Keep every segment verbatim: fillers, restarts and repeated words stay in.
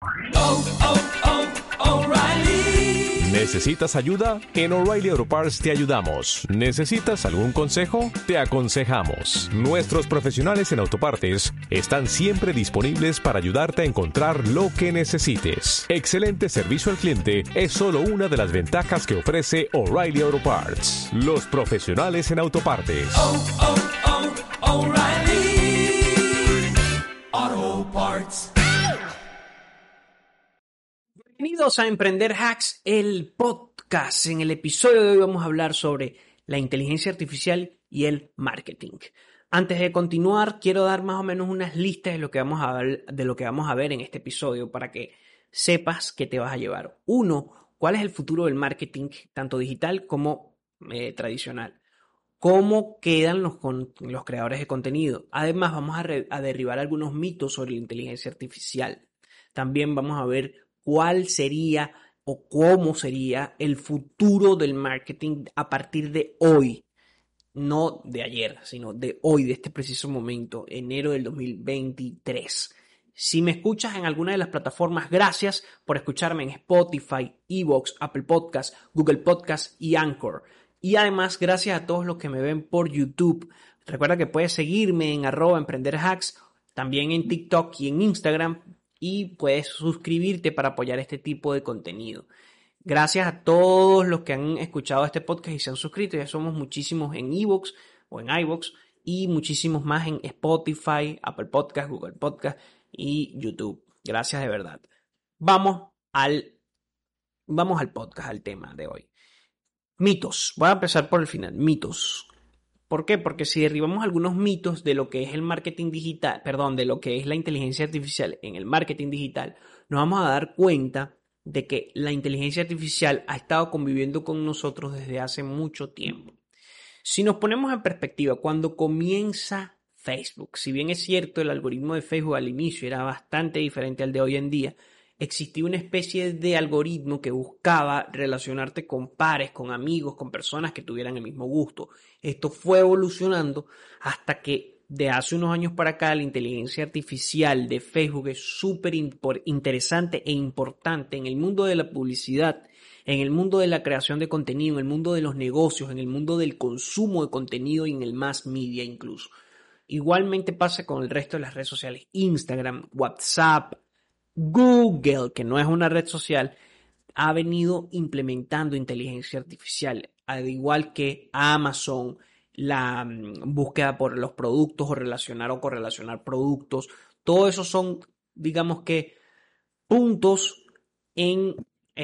oh, oh, oh, O'Reilly. ¿Necesitas ayuda? En O'Reilly Auto Parts te ayudamos. ¿Necesitas algún consejo? Te aconsejamos. Nuestros profesionales en autopartes están siempre disponibles para ayudarte a encontrar lo que necesites. Excelente servicio al cliente es solo una de las ventajas que ofrece O'Reilly Auto Parts. Los profesionales en autopartes. Oh, oh, oh, O'Reilly Auto Parts. Bienvenidos a Emprender Hacks, el podcast. En el episodio de hoy vamos a hablar sobre la inteligencia artificial y el marketing. Antes de continuar, quiero dar más o menos unas listas de lo que vamos a ver, de lo que vamos a ver en este episodio para que sepas qué te vas a llevar. Uno, ¿cuál es el futuro del marketing, tanto digital como eh, tradicional? ¿Cómo quedan los, con, los creadores de contenido? Además, vamos a, re, a derribar algunos mitos sobre la inteligencia artificial. También vamos a ver cuál sería o cómo sería el futuro del marketing a partir de hoy, no de ayer, sino de hoy, de este preciso momento, enero del dos mil veintitrés. Si me escuchas en alguna de las plataformas, gracias por escucharme en Spotify, iVoox, Apple Podcasts, Google Podcasts y Anchor. Y además, gracias a todos los que me ven por YouTube. Recuerda que puedes seguirme en arroba Emprender Hacks, también en TikTok y en Instagram, y puedes suscribirte para apoyar este tipo de contenido. Gracias a todos los que han escuchado este podcast y se han suscrito. Ya somos muchísimos en iVoox o en iVoox y muchísimos más en Spotify, Apple Podcasts, Google Podcasts y YouTube. Gracias de verdad. Vamos al, vamos al podcast, al tema de hoy. Mitos. Voy a empezar por el final. Mitos. ¿Por qué? Porque si derribamos algunos mitos de lo que es el marketing digital, perdón, de lo que es la inteligencia artificial en el marketing digital, nos vamos a dar cuenta de que la inteligencia artificial ha estado conviviendo con nosotros desde hace mucho tiempo. Si nos ponemos en perspectiva, cuando comienza Facebook, si bien es cierto el algoritmo de Facebook al inicio era bastante diferente al de hoy en día, existía una especie de algoritmo que buscaba relacionarte con pares, con amigos, con personas que tuvieran el mismo gusto. Esto fue evolucionando hasta que de hace unos años para acá la inteligencia artificial de Facebook es súper interesante e importante en el mundo de la publicidad, en el mundo de la creación de contenido, en el mundo de los negocios, en el mundo del consumo de contenido y en el mass media incluso. Igualmente pasa con el resto de las redes sociales, Instagram, WhatsApp, Google, que no es una red social, ha venido implementando inteligencia artificial, al igual que Amazon, la búsqueda por los productos o relacionar o correlacionar productos. Todo eso son, digamos que, puntos en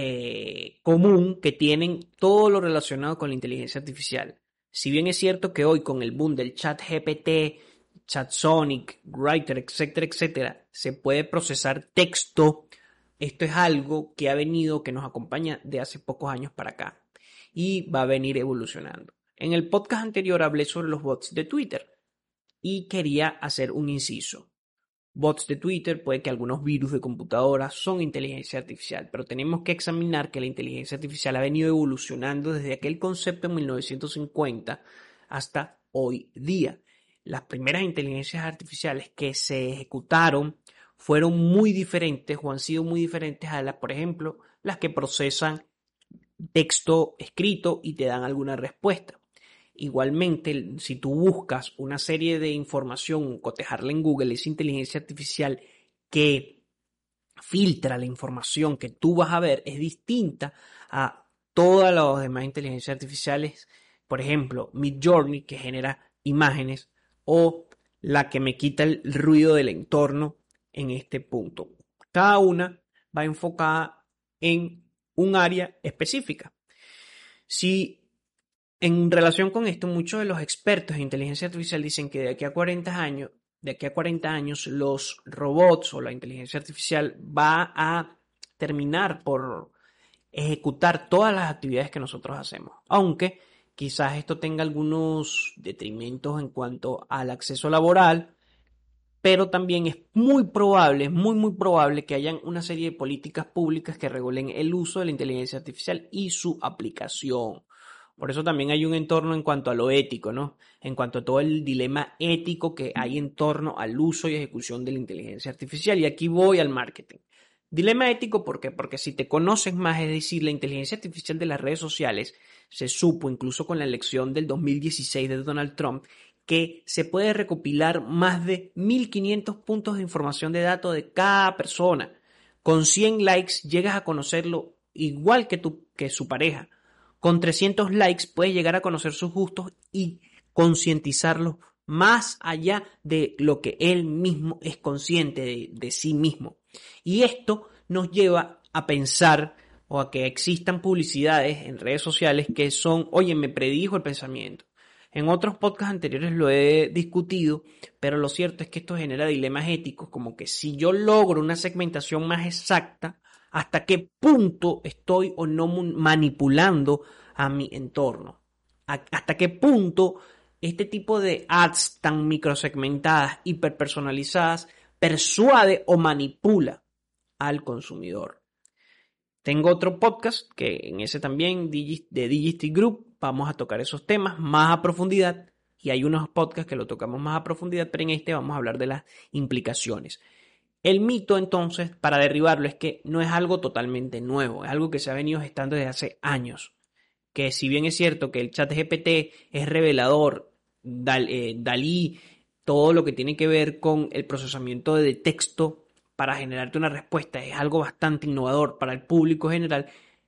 eh, común que tienen todo lo relacionado con la inteligencia artificial. Si bien es cierto que hoy con el boom del chat G P T, ChatSonic, Writer, etcétera, etcétera, se puede procesar texto. Esto es algo que ha venido, que nos acompaña de hace pocos años para acá y va a venir evolucionando. En el podcast anterior hablé sobre los bots de Twitter y quería hacer un inciso. Bots de Twitter, puede que algunos virus de computadora son inteligencia artificial, pero tenemos que examinar que la inteligencia artificial ha venido evolucionando desde aquel concepto en mil novecientos cincuenta hasta hoy día. Las primeras inteligencias artificiales que se ejecutaron fueron muy diferentes o han sido muy diferentes a las, por ejemplo, las que procesan texto escrito y te dan alguna respuesta. Igualmente, si tú buscas una serie de información, cotejarla en Google, esa inteligencia artificial que filtra la información que tú vas a ver es distinta a todas las demás inteligencias artificiales. Por ejemplo, Midjourney, que genera imágenes, o la que me quita el ruido del entorno en este punto. Cada una va enfocada en un área específica. Si en relación con esto, muchos de los expertos en inteligencia artificial dicen que de aquí a cuarenta años, de aquí a cuarenta años, los robots o la inteligencia artificial va a terminar por ejecutar todas las actividades que nosotros hacemos. Aunque quizás esto tenga algunos detrimentos en cuanto al acceso laboral, pero también es muy probable, es muy muy probable que hayan una serie de políticas públicas que regulen el uso de la inteligencia artificial y su aplicación. Por eso también hay un entorno en cuanto a lo ético, ¿no? En cuanto a todo el dilema ético que hay en torno al uso y ejecución de la inteligencia artificial. Y aquí voy al marketing. Dilema ético, ¿por qué? Porque si te conoces más, es decir, la inteligencia artificial de las redes sociales, se supo incluso con la elección del dos mil dieciséis de Donald Trump, que se puede recopilar más de mil quinientos puntos de información de datos de cada persona. Con cien likes llegas a conocerlo igual que, tu, que su pareja. Con trescientos likes puedes llegar a conocer sus gustos y concientizarlos más allá de lo que él mismo es consciente de, de sí mismo. Y esto nos lleva a pensar o a que existan publicidades en redes sociales que son, oye, me predijo el pensamiento. En otros podcasts anteriores lo he discutido, pero lo cierto es que esto genera dilemas éticos, como que si yo logro una segmentación más exacta, ¿hasta qué punto estoy o no manipulando a mi entorno? ¿Hasta qué punto este tipo de ads tan microsegmentadas, hiperpersonalizadas, persuade o manipula al consumidor? Tengo otro podcast que en ese también de Digisty Group vamos a tocar esos temas más a profundidad y hay unos podcasts que lo tocamos más a profundidad, pero en este vamos a hablar de las implicaciones. El mito entonces, para derribarlo, es que no es algo totalmente nuevo, es algo que se ha venido gestando desde hace años. Que si bien es cierto que el ChatGPT es revelador, Dal, eh, Dalí, todo lo que tiene que ver con el procesamiento de texto para generarte una respuesta es algo bastante innovador para el público general,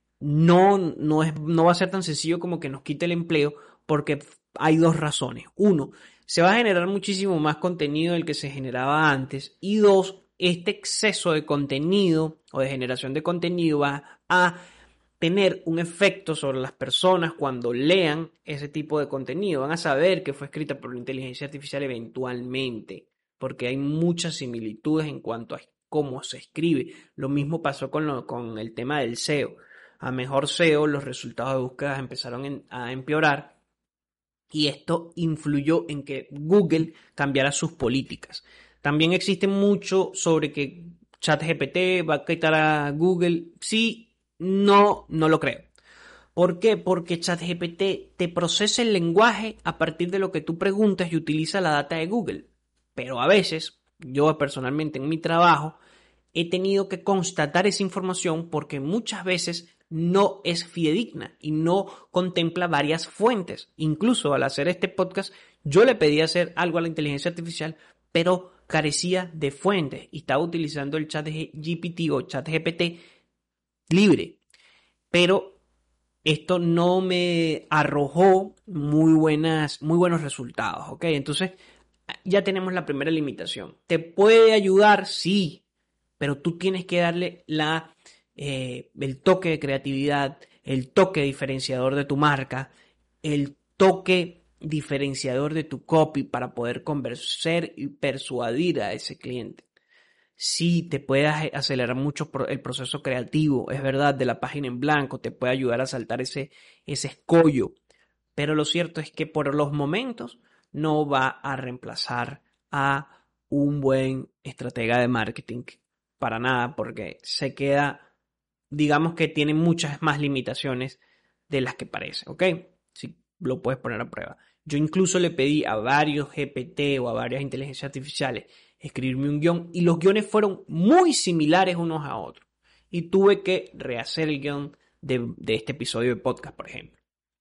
no, no, es, no va a ser tan sencillo como que nos quite el empleo, porque hay dos razones. Uno, se va a generar muchísimo más contenido del que se generaba antes. Y dos, este exceso de contenido o de generación de contenido va a tener un efecto sobre las personas cuando lean ese tipo de contenido. Van a saber que fue escrita por la inteligencia artificial eventualmente, porque hay muchas similitudes en cuanto a cómo se escribe. Lo mismo pasó con, lo, con el tema del S E O. A mejor S E O, los resultados de búsqueda empezaron en, a empeorar y esto influyó en que Google cambiara sus políticas. También existe mucho sobre que ChatGPT va a quitar a Google. Sí, no, no lo creo. ¿Por qué? Porque ChatGPT te procesa el lenguaje a partir de lo que tú preguntas y utiliza la data de Google. Pero a veces, yo personalmente en mi trabajo, he tenido que constatar esa información porque muchas veces no es fidedigna y no contempla varias fuentes. Incluso al hacer este podcast, yo le pedí hacer algo a la inteligencia artificial, pero carecía de fuentes y estaba utilizando el ChatGPT o ChatGPT libre. Pero esto no me arrojó muy buenas, muy buenos resultados, ¿ok? Entonces, ya tenemos la primera limitación. ¿Te puede ayudar? Sí, pero tú tienes que darle la, eh, el toque de creatividad, el toque diferenciador de tu marca, el toque diferenciador de tu copy para poder convencer y persuadir a ese cliente. Sí, te puede acelerar mucho el proceso creativo, es verdad, de la página en blanco, te puede ayudar a saltar ese, ese escollo, pero lo cierto es que por los momentos no va a reemplazar a un buen estratega de marketing para nada, porque se queda, digamos que tiene muchas más limitaciones de las que parece, ¿ok? Si lo puedes poner a prueba. Yo incluso le pedí a varios G P T o a varias inteligencias artificiales escribirme un guión y los guiones fueron muy similares unos a otros. Y tuve que rehacer el guión de, de este episodio de podcast, por ejemplo.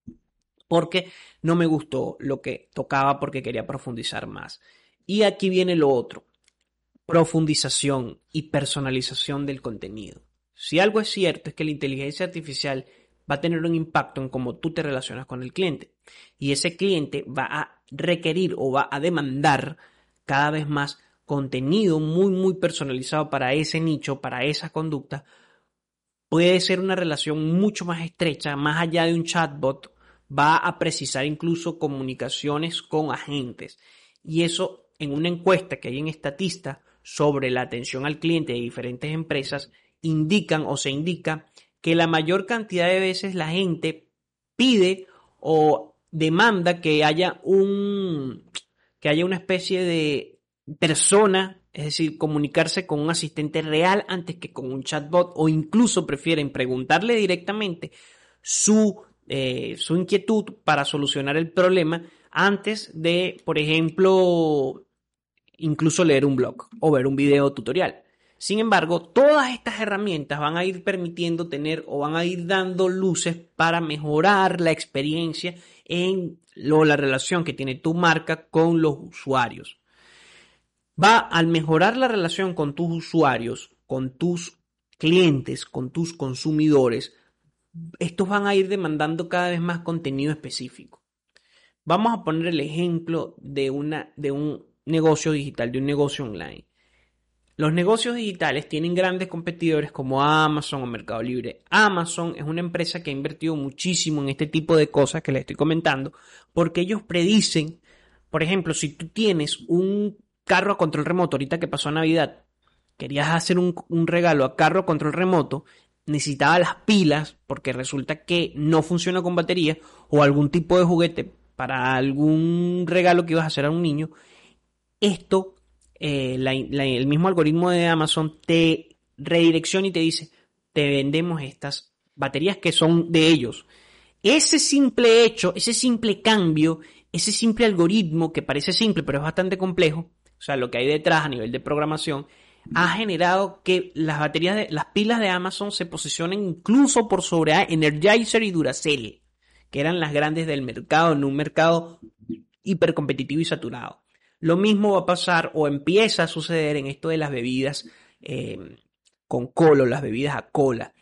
Porque no me gustó lo que tocaba porque quería profundizar más. Y aquí viene lo otro. Profundización y personalización del contenido. Si algo es cierto es que la inteligencia artificial va a tener un impacto en cómo tú te relacionas con el cliente. Y ese cliente va a requerir o va a demandar cada vez más contenido muy, muy personalizado para ese nicho, para esa conducta. Puede ser una relación mucho más estrecha, más allá de un chatbot. Va a precisar incluso comunicaciones con agentes. Y eso en una encuesta que hay en Statista sobre la atención al cliente de diferentes empresas, indican o se indica que la mayor cantidad de veces la gente pide o demanda que haya un que haya una especie de persona, es decir, comunicarse con un asistente real antes que con un chatbot, o incluso prefieren preguntarle directamente su, eh, su inquietud para solucionar el problema antes de, por ejemplo, incluso leer un blog o ver un video tutorial. Sin embargo, todas estas herramientas van a ir permitiendo tener o van a ir dando luces para mejorar la experiencia en lo, la relación que tiene tu marca con los usuarios. Va al mejorar la relación con tus usuarios, con tus clientes, con tus consumidores, estos van a ir demandando cada vez más contenido específico. Vamos a poner el ejemplo de, una, de un negocio digital, de un negocio online. Los negocios digitales tienen grandes competidores como Amazon o Mercado Libre. Amazon es una empresa que ha invertido muchísimo en este tipo de cosas que les estoy comentando, porque ellos predicen, por ejemplo, si tú tienes un carro a control remoto, ahorita que pasó Navidad, querías hacer un, un regalo a carro a control remoto, necesitaba las pilas porque resulta que no funciona con batería, o algún tipo de juguete para algún regalo que ibas a hacer a un niño. Esto Eh, la, la, el mismo algoritmo de Amazon te redirecciona y te dice, te vendemos estas baterías que son de ellos. Ese simple hecho, ese simple cambio, ese simple algoritmo que parece simple pero es bastante complejo, o sea, lo que hay detrás a nivel de programación, ha generado que las baterías, de, las pilas de Amazon se posicionen incluso por sobre Energizer y Duracell, que eran las grandes del mercado, en un mercado hipercompetitivo y saturado. Lo mismo va a pasar o empieza a suceder en esto de las bebidas eh, con cola, las bebidas a cola.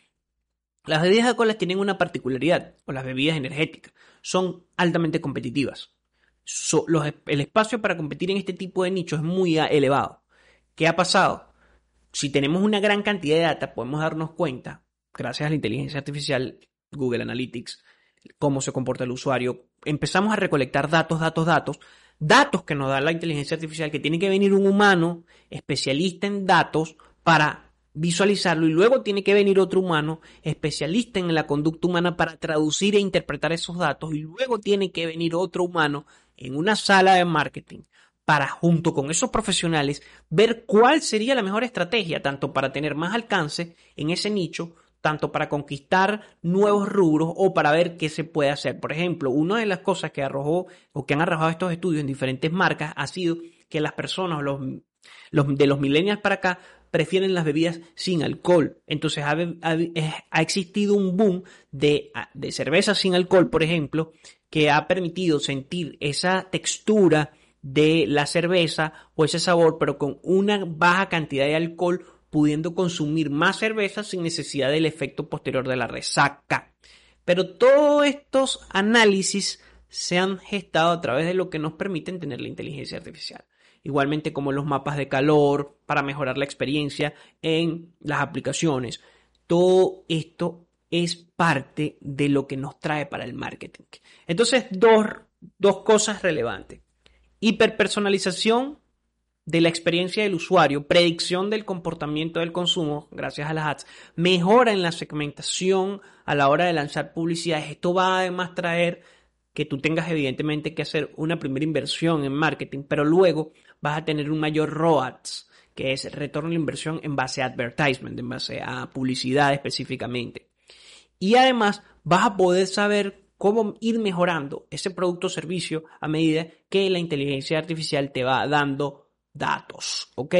Las bebidas a cola tienen una particularidad, o las bebidas energéticas, son altamente competitivas. So, los, el espacio para competir en este tipo de nichos es muy elevado. ¿Qué ha pasado? Si tenemos una gran cantidad de data, podemos darnos cuenta, gracias a la inteligencia artificial, Google Analytics, cómo se comporta el usuario. Empezamos a recolectar datos, datos, datos, datos que nos da la inteligencia artificial, que tiene que venir un humano especialista en datos para visualizarlo, y luego tiene que venir otro humano especialista en la conducta humana para traducir e interpretar esos datos, y luego tiene que venir otro humano en una sala de marketing para, junto con esos profesionales, ver cuál sería la mejor estrategia, tanto para tener más alcance en ese nicho, tanto para conquistar nuevos rubros o para ver qué se puede hacer. Por ejemplo, una de las cosas que arrojó o que han arrojado estos estudios en diferentes marcas ha sido que las personas, los, los de los millennials para acá, prefieren las bebidas sin alcohol. Entonces ha, ha, ha existido un boom de, de cervezas sin alcohol, por ejemplo, que ha permitido sentir esa textura de la cerveza o ese sabor, pero con una baja cantidad de alcohol, pudiendo consumir más cerveza sin necesidad del efecto posterior de la resaca. Pero todos estos análisis se han gestado a través de lo que nos permiten tener la inteligencia artificial. Igualmente como los mapas de calor para mejorar la experiencia en las aplicaciones. Todo esto es parte de lo que nos trae para el marketing. Entonces, dos, dos cosas relevantes. Hiperpersonalización de la experiencia del usuario, predicción del comportamiento del consumo gracias a las ads, mejora en la segmentación a la hora de lanzar publicidades. Esto va a además traer que tú tengas evidentemente que hacer una primera inversión en marketing, pero luego vas a tener un mayor R O A S, que es retorno a la inversión en base a advertisement, en base a publicidad específicamente. Y además vas a poder saber cómo ir mejorando ese producto o servicio a medida que la inteligencia artificial te va dando datos, ¿ok?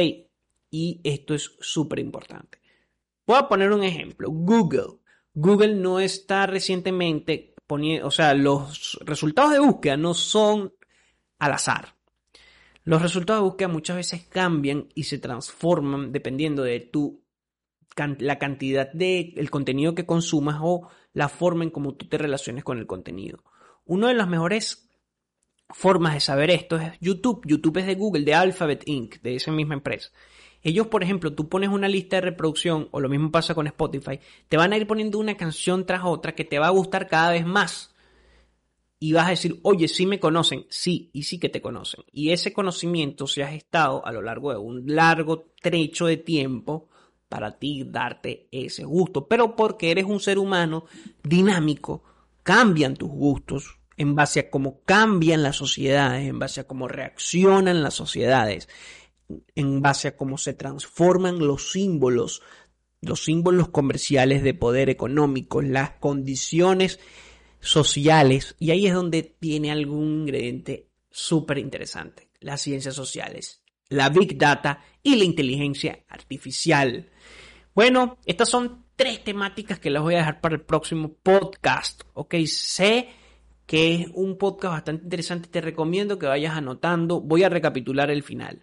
Y esto es súper importante. Voy a poner un ejemplo. Google. Google no está recientemente poniendo, o sea, los resultados de búsqueda no son al azar. Los resultados de búsqueda muchas veces cambian y se transforman dependiendo de tu, la cantidad de el contenido que consumas o la forma en cómo tú te relaciones con el contenido. Una de las mejores formas de saber esto es YouTube. YouTube es de Google, de Alphabet incorporated, de esa misma empresa. Ellos, por ejemplo, tú pones una lista de reproducción, o lo mismo pasa con Spotify, te van a ir poniendo una canción tras otra que te va a gustar cada vez más. Y vas a decir, oye, sí me conocen, sí, y sí que te conocen. Y ese conocimiento se ha gestado a lo largo de un largo trecho de tiempo para ti darte ese gusto. Pero porque eres un ser humano dinámico, cambian tus gustos en base a cómo cambian las sociedades, en base a cómo reaccionan las sociedades, en base a cómo se transforman los símbolos, los símbolos comerciales de poder económico, las condiciones sociales. Y ahí es donde tiene algún ingrediente súper interesante, las ciencias sociales. la Big Data y la inteligencia artificial. Bueno, estas son tres temáticas que las voy a dejar para el próximo podcast. Ok, sé que es un podcast bastante interesante. Te recomiendo que vayas anotando. Voy a recapitular el final.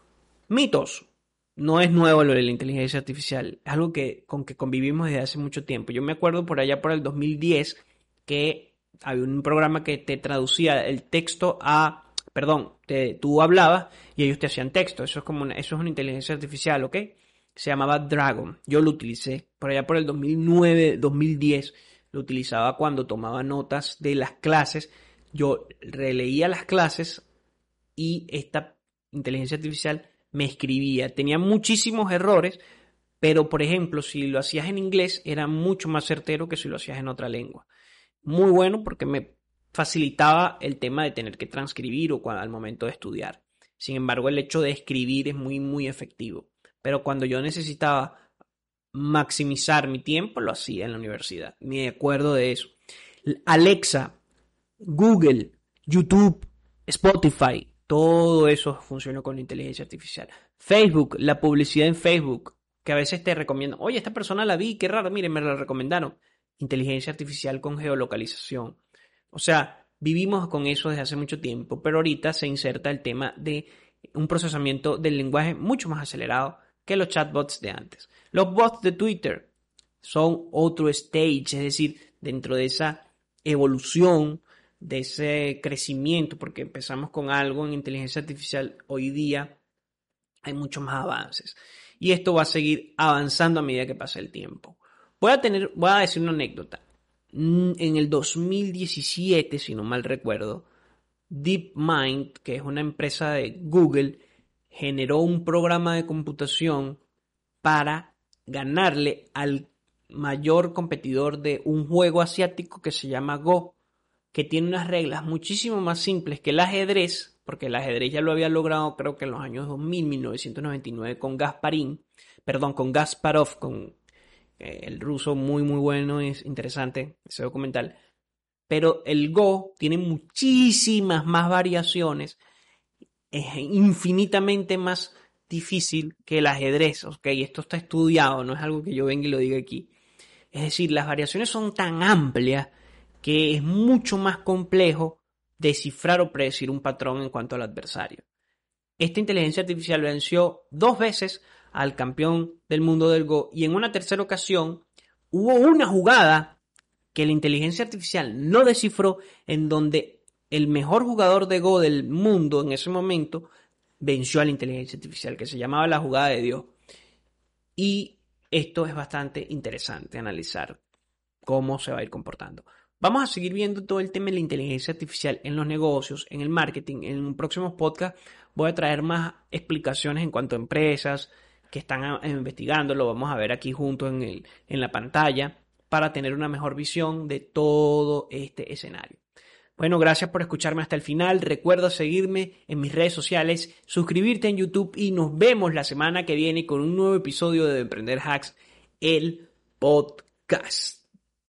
Mitos. No es nuevo lo de la inteligencia artificial. Es algo que, con que convivimos desde hace mucho tiempo. Yo me acuerdo por allá por el dos mil diez que había un programa que te traducía el texto a... Perdón, te, tú hablabas y ellos te hacían texto. Eso es como una, eso es una inteligencia artificial, ¿ok? Se llamaba Dragon. Yo lo utilicé por allá por el dos mil nueve, dos mil diez. Lo utilizaba cuando tomaba notas de las clases. Yo releía las clases y esta inteligencia artificial me escribía. Tenía muchísimos errores, pero por ejemplo, si lo hacías en inglés, era mucho más certero que si lo hacías en otra lengua. Muy bueno porque me facilitaba el tema de tener que transcribir o cuando, al momento de estudiar. Sin embargo, el hecho de escribir es muy, muy efectivo. Pero cuando yo necesitaba maximizar mi tiempo, lo hacía en la universidad. Me acuerdo de eso. Alexa, Google, YouTube, Spotify, todo eso funciona con la inteligencia artificial. Facebook, la publicidad en Facebook, que a veces te recomiendan, oye, esta persona la vi, qué raro, miren, me la recomendaron. Inteligencia artificial con geolocalización. O sea, vivimos con eso desde hace mucho tiempo, pero ahorita se inserta el tema de un procesamiento del lenguaje mucho más acelerado que los chatbots de antes. Los bots de Twitter son otro stage, es decir, dentro de esa evolución, de ese crecimiento, porque empezamos con algo en inteligencia artificial, hoy día hay muchos más avances. Y esto va a seguir avanzando a medida que pase el tiempo. Voy a, tener, voy a decir una anécdota. En el dos mil diecisiete, si no mal recuerdo, DeepMind, que es una empresa de Google, generó un programa de computación para ganarle al mayor competidor de un juego asiático que se llama Go, que tiene unas reglas muchísimo más simples que el ajedrez, porque el ajedrez ya lo había logrado creo que en los años dos mil, mil novecientos noventa y nueve con Gasparín, perdón, con Gasparov, con eh, el ruso, muy muy bueno, es interesante ese documental. Pero el Go tiene muchísimas más variaciones, es infinitamente más difícil que el ajedrez, ¿ok? Esto está estudiado, no es algo que yo venga y lo diga aquí. Es decir, las variaciones son tan amplias que es mucho más complejo descifrar o predecir un patrón en cuanto al adversario. Esta inteligencia artificial venció dos veces al campeón del mundo del Go y en una tercera ocasión hubo una jugada que la inteligencia artificial no descifró en donde el mejor jugador de Go del mundo en ese momento venció a la inteligencia artificial, que se llamaba la jugada de Dios. Y esto es bastante interesante analizar cómo se va a ir comportando. Vamos a seguir viendo todo el tema de la inteligencia artificial en los negocios, en el marketing. En un próximo podcast voy a traer más explicaciones en cuanto a empresas que están investigándolo. Vamos a ver aquí juntos en, el, en la pantalla para tener una mejor visión de todo este escenario. Bueno, gracias por escucharme hasta el final. Recuerda seguirme en mis redes sociales, suscribirte en YouTube y nos vemos la semana que viene con un nuevo episodio de Emprender Hacks, el podcast.